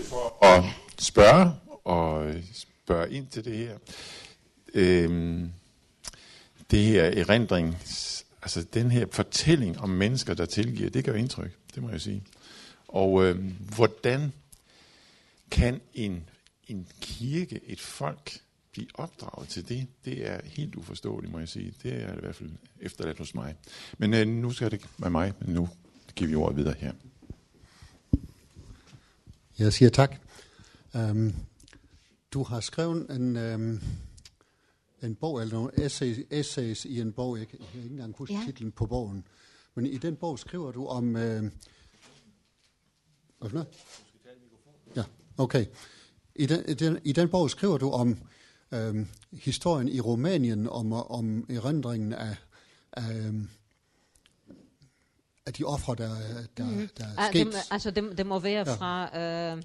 for at spørge ind til det her. Det her erindring, altså den her fortælling om mennesker, der tilgiver, det gør indtryk, det må jeg sige. Og hvordan kan en kirke, et folk, blive opdraget til det? Det er helt uforståeligt, må jeg sige. Det er i hvert fald efterladt hos mig. Men nu skal det være mig, men nu giver vi ordet videre her. Jeg siger tak. Du har skrevet en bog, eller nogle essays i en bog, jeg kan ikke engang huske titlen på bogen, men i den bog skriver du om... Hvad for noget? Ja, okay. I den bog skriver du om historien i Rumænien, om erindringen af de ofre, der er sket. Det må være fra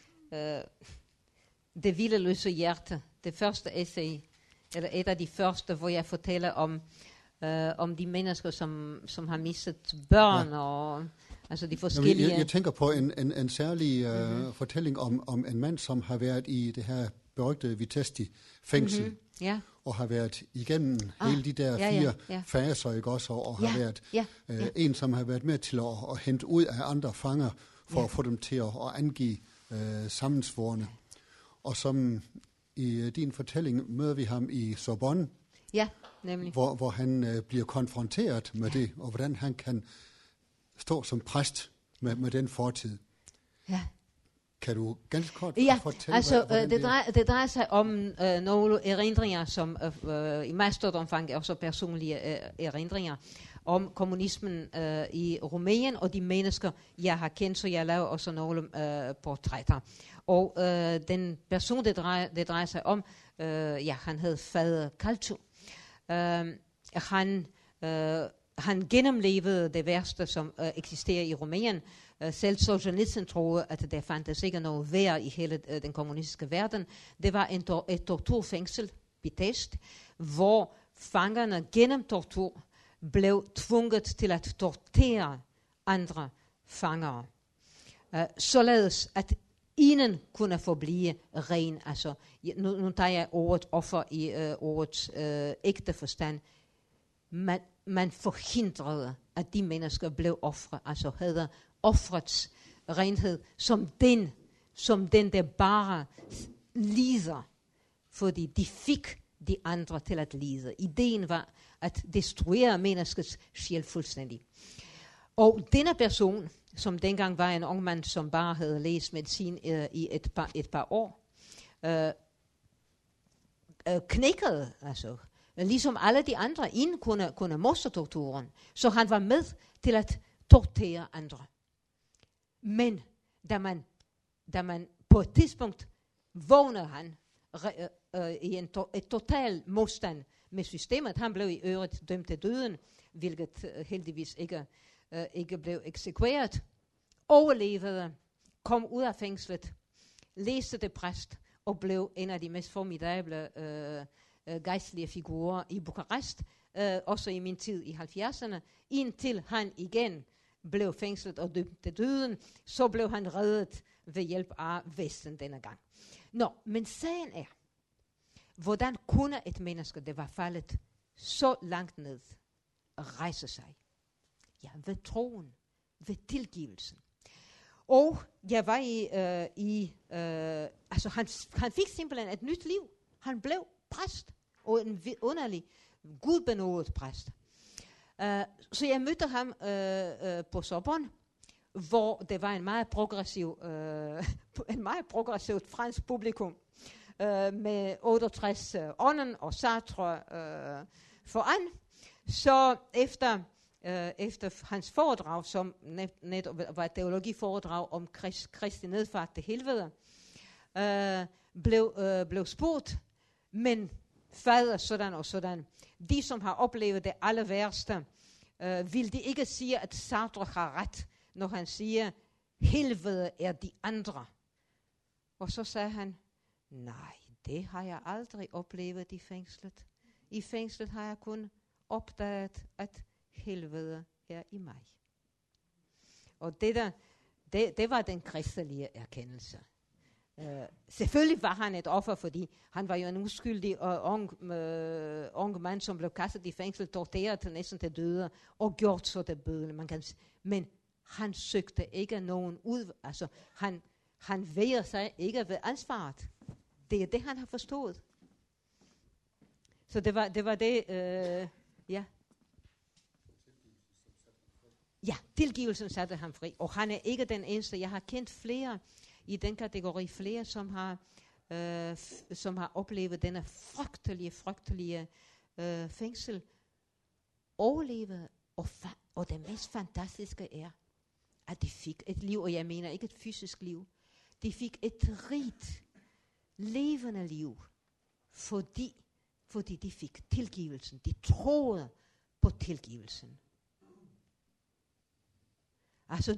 Det hvileløse hjerte, det første essay, eller et af de første, hvor jeg fortæller om de mennesker, som har mistet børn, og altså de forskellige... Jeg tænker på en særlig fortælling om en mand, som har været i det her berygtede Vitesti-fængsel, og har været igennem hele de der fire faser, ikke også, og har været en, som har været med til at hente ud af andre fanger, for at få dem til at angive sammensvorne. Og som i din fortælling møder vi ham i Sorbonne, nemlig. Hvor han bliver konfronteret med det, og hvordan han kan stå som præst med den fortid. Ja. Kan du ganske kort fortælle, altså, hvordan det drejer sig om nogle erindringer, som i meget stort omfang er også personlige erindringer, om kommunismen i Rumænien, og de mennesker, jeg har kendt, så jeg laver også nogle portrætter. Og den person, det drejer sig om, han hed Fader Calciu. Han gennemlevede det værste, som eksisterer i Rumænien. Selv Solzhenitsyn troede, at der fandtes ikke noget værd i hele den kommunistiske verden. Det var et torturfængsel, Pitești, hvor fangerne gennem tortur blev tvunget til at tortere andre fangere. Således at ingen kunne forblive ren. Altså, nu tager jeg ordet offer i ordets ægte forstand. Man forhindrede, at de mennesker blev ofre, altså havde ofrets renhed som den der bare lider, fordi de fik de andre til at lide. Ideen var at destruere menneskets sjæl fuldstændig. Og denne person, som dengang var en ung mand, som bare havde læst medicin i et par år, knækkede, altså ligesom alle de andre, kunne modstå torturen. Så han var med til at tortere andre. Men da man på et tidspunkt vågnede han i et total modstand med systemet, han blev i øvrigt dømt til døden, hvilket heldigvis ikke blev eksekveret, overlevede, kom ud af fængslet, læste det præst og blev en af de mest formidable gejstlige figurer i Bukarest, også i min tid i 70'erne, indtil han igen blev fængslet og dømt til døden, så blev han reddet ved hjælp af Vesten denne gang. Men sagen er, hvordan kunne et menneske, der var faldet så langt ned, rejse sig? Ja, ved troen, ved tilgivelsen. Og jeg var altså han fik simpelthen et nyt liv. Han blev præst, og en underlig, gudbenådet præst. Så jeg mødte ham på Sorbonne, hvor det var en meget progressivt fransk publikum, med 68 ånden og Sartre foran. Så efter hans foredrag, som netop var et teologiforedrag om Kristi nedfart til helvede, blev spurgt, men fader sådan og sådan, de som har oplevet det aller værste, vil de ikke sige, at Sartre har ret, når han siger, helvede er de andre. Og så sagde han, nej, det har jeg aldrig oplevet i fængslet. I fængslet har jeg kun opdaget, at helvede er i mig. Og det var den kristelige erkendelse. Selvfølgelig var han et offer, fordi han var jo en uskyldig ung mand, som blev kastet i fængsel, torteret til næsten til døde, og gjort så det bødende. Men han søgte ikke nogen ud. Altså, han væger sig ikke ved ansvaret. Det er det, han har forstået. Så det var det, ja. Ja, tilgivelsen satte ham fri. Og han er ikke den eneste. Jeg har kendt flere i den kategori, flere som har oplevet denne frygtelige fængsel, overlevet, og det mest fantastiske er, at de fik et liv, og jeg mener ikke et fysisk liv. De fik et rigt, levende liv, fordi de fik tilgivelsen. De troede på tilgivelsen. Altså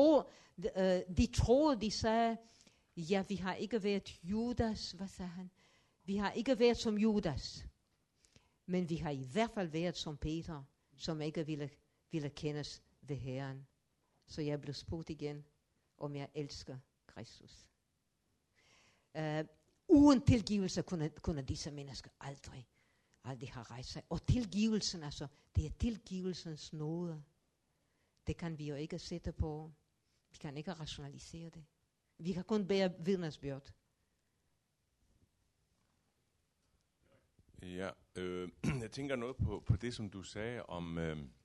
de sagde, ja, vi har ikke været Judas, hvad sagde han? Vi har ikke været som Judas, men vi har i hvert fald været som Peter, som ikke ville kendes ved Herren. Så jeg blev spurgt igen, om jeg elsker Kristus. Uden tilgivelse kunne disse mennesker aldrig have rejst sig. Og tilgivelsen, altså, det er tilgivelsens nåde. Det kan vi jo ikke sætte på. Vi kan ikke rationalisere det. Vi kan kun bære vidnesbyrd. Ja, jeg tænker noget på det, som du sagde om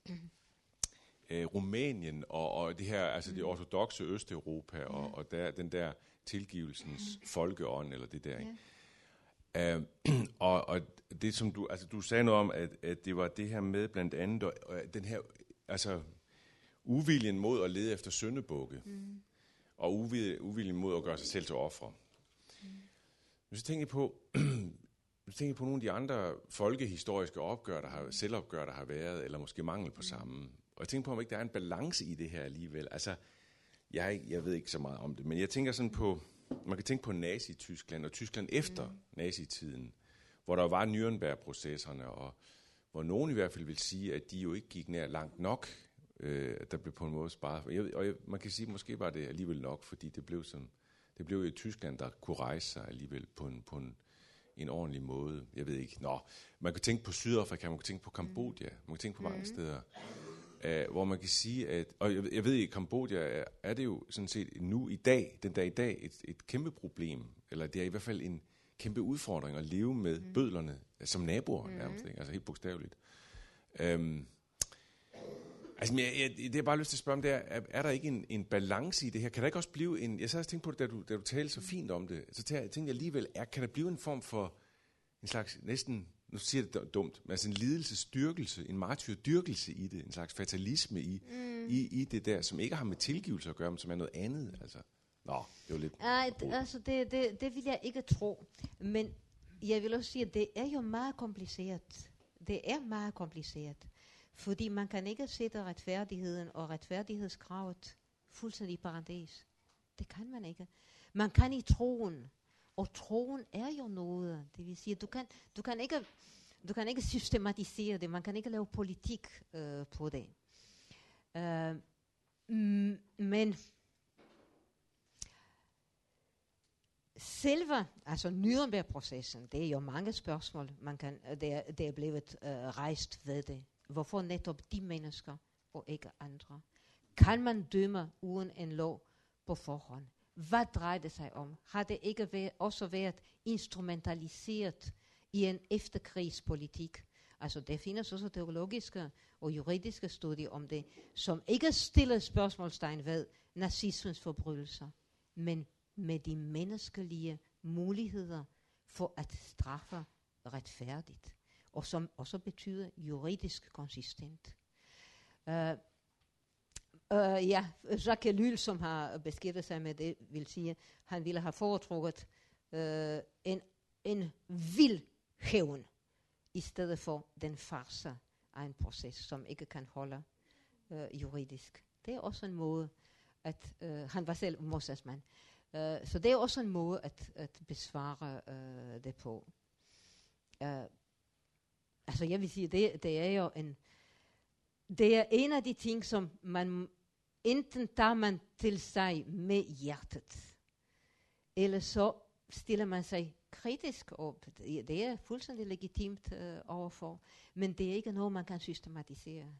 Rumænien og det her, altså det ortodokse Østeuropa og den der tilgivelsens folkeånd eller det der. Ikke? Og det som du sagde noget om, at det var det her med blandt andet og den her altså uviljen mod at lede efter syndebukke og uviljen mod at gøre sig selv til ofre. Så tænker jeg på nogle af de andre folkehistoriske selvopgør, der har været, eller måske mangel på samme. Og jeg tænker på, om ikke der er en balance i det her alligevel. Altså, jeg ved ikke så meget om det, men jeg tænker sådan på, man kan tænke på Nazi-Tyskland og Tyskland efter nazitiden, hvor der var Nürnberg-processerne, og hvor nogen i hvert fald vil sige, at de jo ikke gik nær langt nok, der blev på en måde sparet. Man kan sige, at måske var det alligevel nok, fordi det blev jo i Tyskland, der kunne rejse sig alligevel på en ordentlig måde. Jeg ved ikke. Man kan tænke på Sydafrika, man kan tænke på Kambodja, man kan tænke på mange steder, hvor man kan sige, at, og jeg ved i Kambodja er det jo sådan set nu i dag, den dag i dag, et kæmpe problem, eller det er i hvert fald en kæmpe udfordring at leve med bødlerne som naboer nærmest, ikke? Altså helt bogstaveligt. Altså, det er bare lyst til at spørge om, er der ikke en balance i det her? Kan der ikke også blive en... Jeg så også tænkt på det, da du talte så fint om det, så tænkte jeg alligevel, kan der blive en form for en slags næsten, nu siger jeg det dumt, men altså en lidelsesdyrkelse, en martyrdyrkelse i det, en slags fatalisme i det der, som ikke har med tilgivelse at gøre, men som er noget andet, altså. Det var lidt... Altså, det vil jeg ikke tro, men jeg vil også sige, at det er jo meget kompliceret. Det er meget kompliceret. Fordi man kan ikke sætte retfærdigheden og retfærdighedskravet fuldstændig i parentes. Det kan man ikke. Man kan i troen, og troen er jo noget. Det vil sige, du kan ikke systematisere det. Man kan ikke lave politik på det. Men selve, altså Nürnberg-processen, det er jo mange spørgsmål, det er blevet rejst ved det. Hvorfor netop de mennesker og ikke andre? Kan man dømme uden en lov på forhånd? Hvad drejer det sig om? Har det ikke også været instrumentaliseret i en efterkrigspolitik? Altså, der findes også teologiske og juridiske studier om det, som ikke stiller spørgsmålstegn ved nazismens forbrydelser, men med de menneskelige muligheder for at straffe retfærdigt, og som også betyder juridisk konsistent. Jacques Ellul, som har beskæftiget sig med det, vil sige, han ville have foretrukket en vild hævn, i stedet for den farce af en proces, som ikke kan holde juridisk. Det er også en måde, at han var selv modstandsmand. Så det er også en måde at besvare det på. Altså jeg vil sige, det er jo det er en af de ting, som man enten tager man til sig med hjertet, eller så stiller man sig kritisk op. Det er fuldstændig legitimt overfor, men det er ikke noget, man kan systematisere.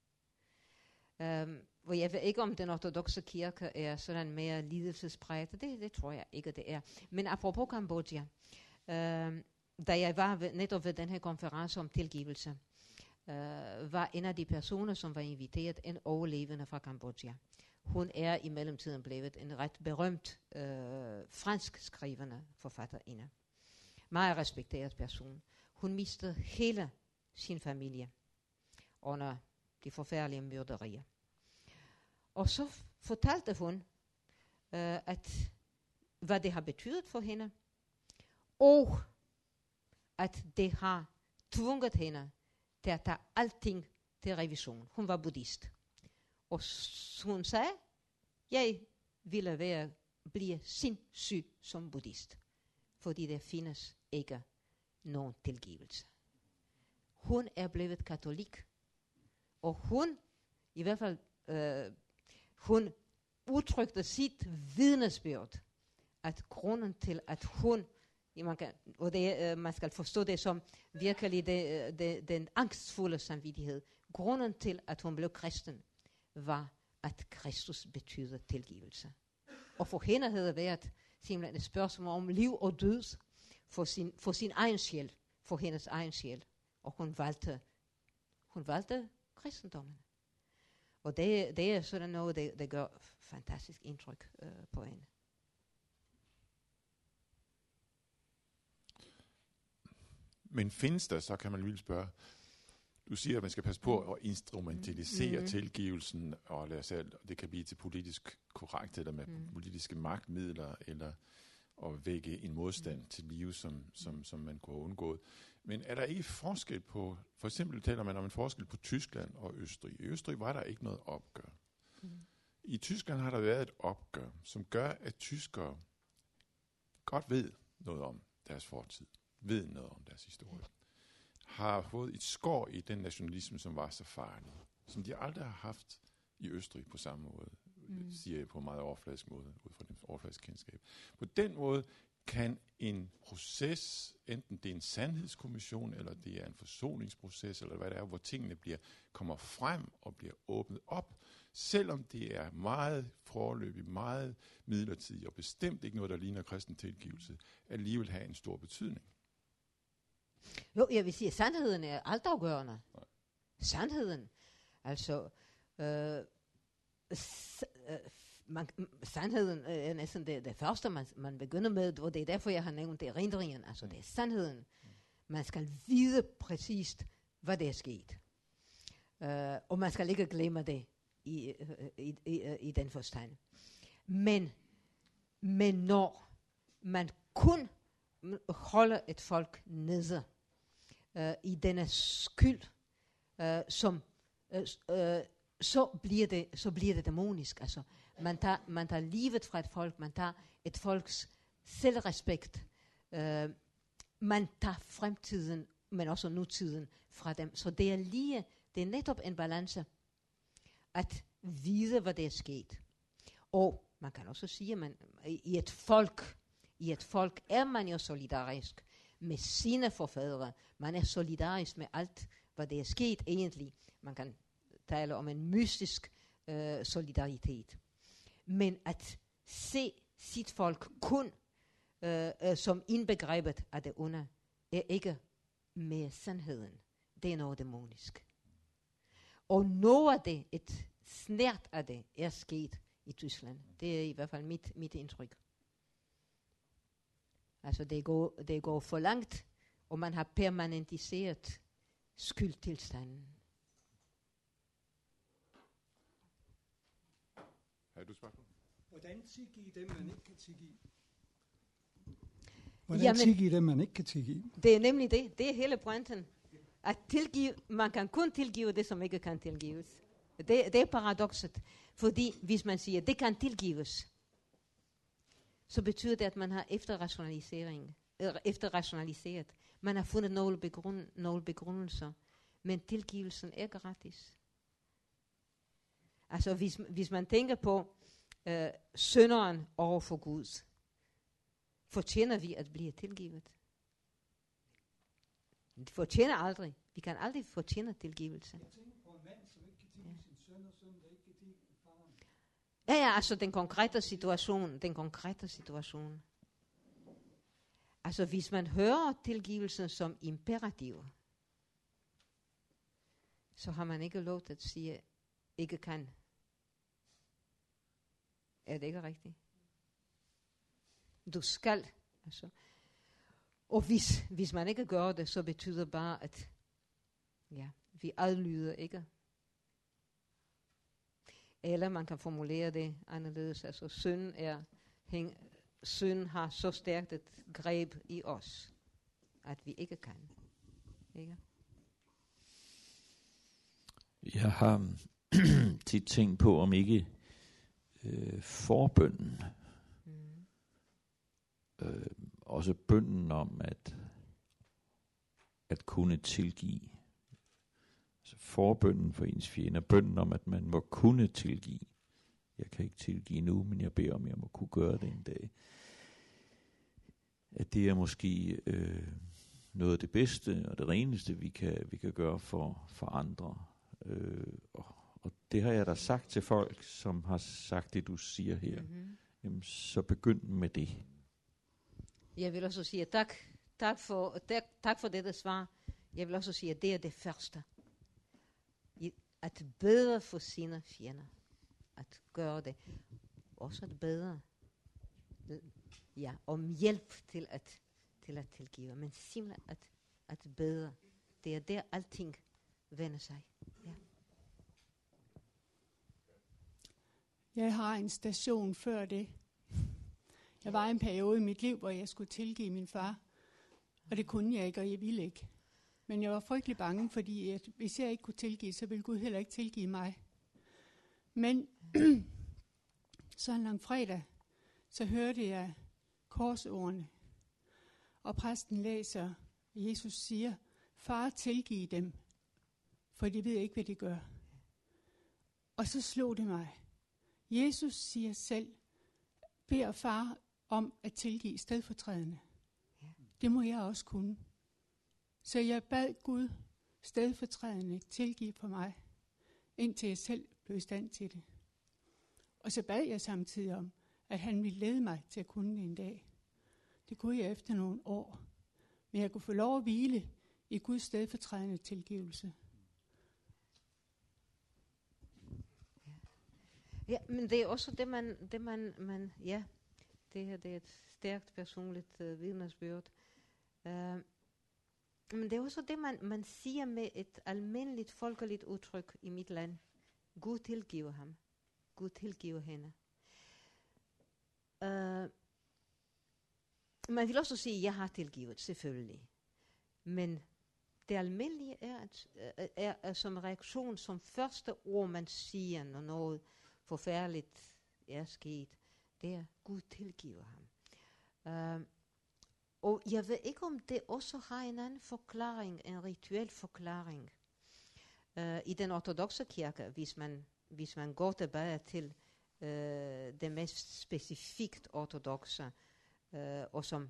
Og jeg ved ikke, om den ortodoxe kirke er sådan mere lidelsespræget. Det tror jeg ikke, det er. Men apropos Kambodja, da jeg var netop ved den her konference om tilgivelse, var en af de personer, som var inviteret, en overlevende fra Kambodja. Hun er i mellemtiden blevet en ret berømt fransk skrivende forfatterinde. Meget respekteret person. Hun mistede hele sin familie under de forfærdelige myrderier. Og så fortalte hun, at hvad det har betydet for hende, og at det har tvunget hende til at tage alting til revision. Hun var buddhist. Og hun sagde, jeg ville blive sindssyg som buddhist, fordi der findes ikke nogen tilgivelse. Hun er blevet katolik, og hun, i hvert fald, hun udtrykte sit vidnesbyrd, at grunden til, at hun, man skal forstå det som virkelig den angstfulde samvittighed, grunden til, at hun blev kristen, var, at Kristus betyder tilgivelse. Og for hende havde det været simpelthen et spørgsmål om liv og død for sin egen sjæl, for hendes egen sjæl. Og hun valgte kristendommen. Og det er sådan noget, der gør fantastisk indtryk på hende. Men findes der, så kan man lige spørge, du siger, at man skal passe på at instrumentalisere tilgivelsen, og det kan blive til politisk korrekt, eller med politiske magtmidler, eller at vække en modstand til live, som man kunne have undgået. Men er der ikke forskel på, for eksempel taler man om en forskel på Tyskland og Østrig. I Østrig var der ikke noget opgør. I Tyskland har der været et opgør, som gør, at tyskere godt ved noget om deres fortid, ved noget om deres historie, har fået et skår i den nationalisme, som var så farlig, som de aldrig har haft i Østrig på samme måde, siger jeg på en meget overfladisk måde, ud fra det overfladiske kendskab. På den måde kan en proces, enten det er en sandhedskommission, eller det er en forsoningsproces, eller hvad det er, hvor tingene kommer frem og bliver åbnet op, selvom det er meget foreløbigt, meget midlertidigt, og bestemt ikke noget, der ligner kristen tilgivelse, alligevel have en stor betydning. Jo, jeg vil sige, at sandheden er altafgørende. Sandheden. Altså, sandheden er næsten det første, man begynder med, og det er derfor, jeg har nævnt det erindringen. Altså, det er sandheden. Man skal vide præcist, hvad der er sket. Og man skal ikke glemme det i den forstand. Men når man kun holder et folk nede i denne skyld, så bliver det dæmonisk. Altså, man tager livet fra et folk, man tager et folks selvrespekt, man tager fremtiden, men også nutiden fra dem. Så det er netop en balance at vide, hvad der er sket. Og man kan også sige, at man, i et folk er man jo solidarisk med sine forfædre. Man er solidarisk med alt, hvad der er sket egentlig. Man kan tale om en mystisk solidaritet. Men at se sit folk kun som indbegrebet af det onde, er ikke mere sandheden. Det er noget dæmonisk. Og noget af det, et snært af det, er sket i Tyskland. Det er i hvert fald mit indtryk. Altså det går for langt, og man har permanentiseret skyldtilstanden. Har du spørgsmål? Hvordan tilgive dem, man ikke kan tilgive? Hvordan tilgive dem, man ikke kan tilgive? Det er nemlig det. Det er hele pointen. At man kan kun tilgive det, som ikke kan tilgives. Det er paradokset. Fordi hvis man siger, det kan tilgives, så betyder det, at man har efterrationaliseret. Man har fundet nogle begrundelser, men tilgivelsen er gratis. Altså hvis man tænker på synderen over for Gud, fortjener vi at blive tilgivet. Det fortjener aldrig. Vi kan aldrig fortjene tilgivelse. Jeg tænker på en mand, som ikke kan tilgive sin søn, og søn, der ikke kan tilgive faren. Ja, altså den konkrete situation. Altså hvis man hører tilgivelsen som imperativ, så har man ikke lov til at sige, ikke kan. Er det ikke rigtigt? Du skal. Altså. Og hvis man ikke gør det, så betyder bare, at vi adlyder ikke. Eller man kan formulere det anderledes. Altså synd har så stærkt et greb i os, at vi ikke kan. Ikke? Jeg har tit tænkt på, om ikke forbønnen, også bønnen om at kunne tilgive, altså forbønnen for ens fjender, bønnen om, at man må kunne tilgive. Jeg kan ikke tilgive nu, men jeg beder om, jeg må kunne gøre det en dag. At det er måske noget af det bedste og det reneste, vi kan gøre for andre. Og det har jeg da sagt til folk, som har sagt det, du siger her. Mm-hmm. Jamen, så begynd med det. Jeg vil også sige tak for dette svar. Jeg vil også sige, at det er det første. At bede for sine fjender. At gøre det. Også at bede om hjælp til at tilgive. Men simpelthen at bede. Det er der alting vender sig. Ja. Jeg har en station før det. Jeg var i en periode i mit liv, hvor jeg skulle tilgive min far. Og det kunne jeg ikke, og jeg ville ikke. Men jeg var frygtelig bange, fordi at hvis jeg ikke kunne tilgive, så ville Gud heller ikke tilgive mig. Men så en lang fredag, så hørte jeg korsordene. Og præsten læser, Jesus siger, far, tilgiv dem, for de ved ikke, hvad de gør. Og så slog det mig. Jesus siger selv, beder far om at tilgive stedfortrædende. Ja. Det må jeg også kunne. Så jeg bad Gud stedfortrædende tilgive for mig, indtil jeg selv blev i stand til det. Og så bad jeg samtidig om, at han ville lede mig til at kunne det en dag. Det kunne jeg efter nogle år. Men jeg kunne få lov at hvile i Guds stedfortrædende tilgivelse. Ja, men det er også det man det her det er et stærkt personligt vidnesbyrd. Men det er også det man siger med et almindeligt folkeligt udtryk i mit land. Gud tilgiver ham. Gud tilgiver hende. Man vil også sige, jeg har tilgivet, selvfølgelig. Men det almindelige er som reaktion, som første ord man siger, når noget forfærdeligt er sket, det er Gud tilgiver ham. Og jeg ved ikke, om det også har en anden forklaring, en rituel forklaring. I den ortodokse kirke, hvis man går tilbage til det mest specifikt ortodokse, og som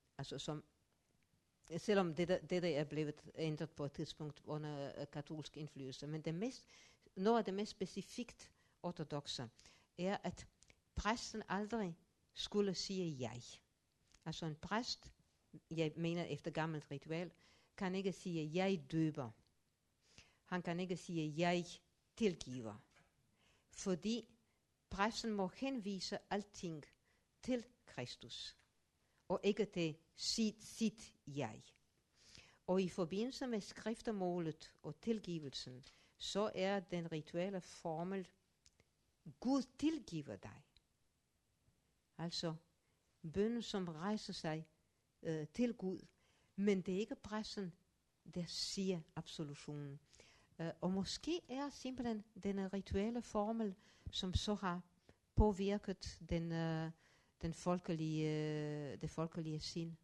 selvom det er blevet ændret på et tidspunkt under katolsk indflydelse, men noget af det mest specifikt ortodokse er, at præsten aldrig skulle sige jeg. Altså en præst, jeg mener efter gammelt ritual, kan ikke sige jeg døber. Han kan ikke sige jeg tilgiver. Fordi præsten må henvise alting til Kristus, og ikke til sit jeg. Og i forbindelse med skriftemålet og tilgivelsen, så er den rituelle formel, Gud tilgiver dig. Altså bønnen, som rejser sig til Gud, men det er ikke præsten, der siger absolutionen. Og måske er simpelthen den rituelle formel, som så har påvirket det folkelige sind.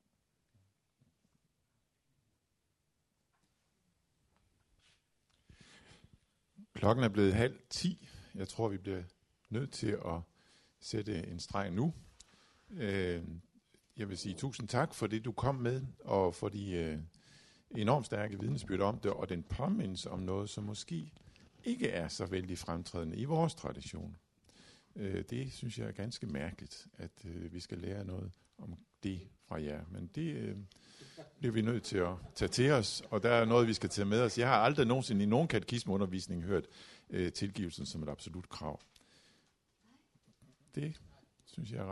Klokken er blevet 9:30. Jeg tror, vi bliver nødt til at sætte en streg nu. jeg vil sige tusind tak for det, du kom med, og for de enormt stærke vidnesbyrd om det, og den påmindelse om noget, som måske ikke er så vældig fremtrædende i vores tradition. Det synes jeg er ganske mærkeligt, at vi skal lære noget om det fra jer. Men det bliver vi nødt til at tage til os, og der er noget, vi skal tage med os. Jeg har aldrig nogensinde i nogen katekismeundervisning hørt tilgivelsen som et absolut krav. Det synes jeg er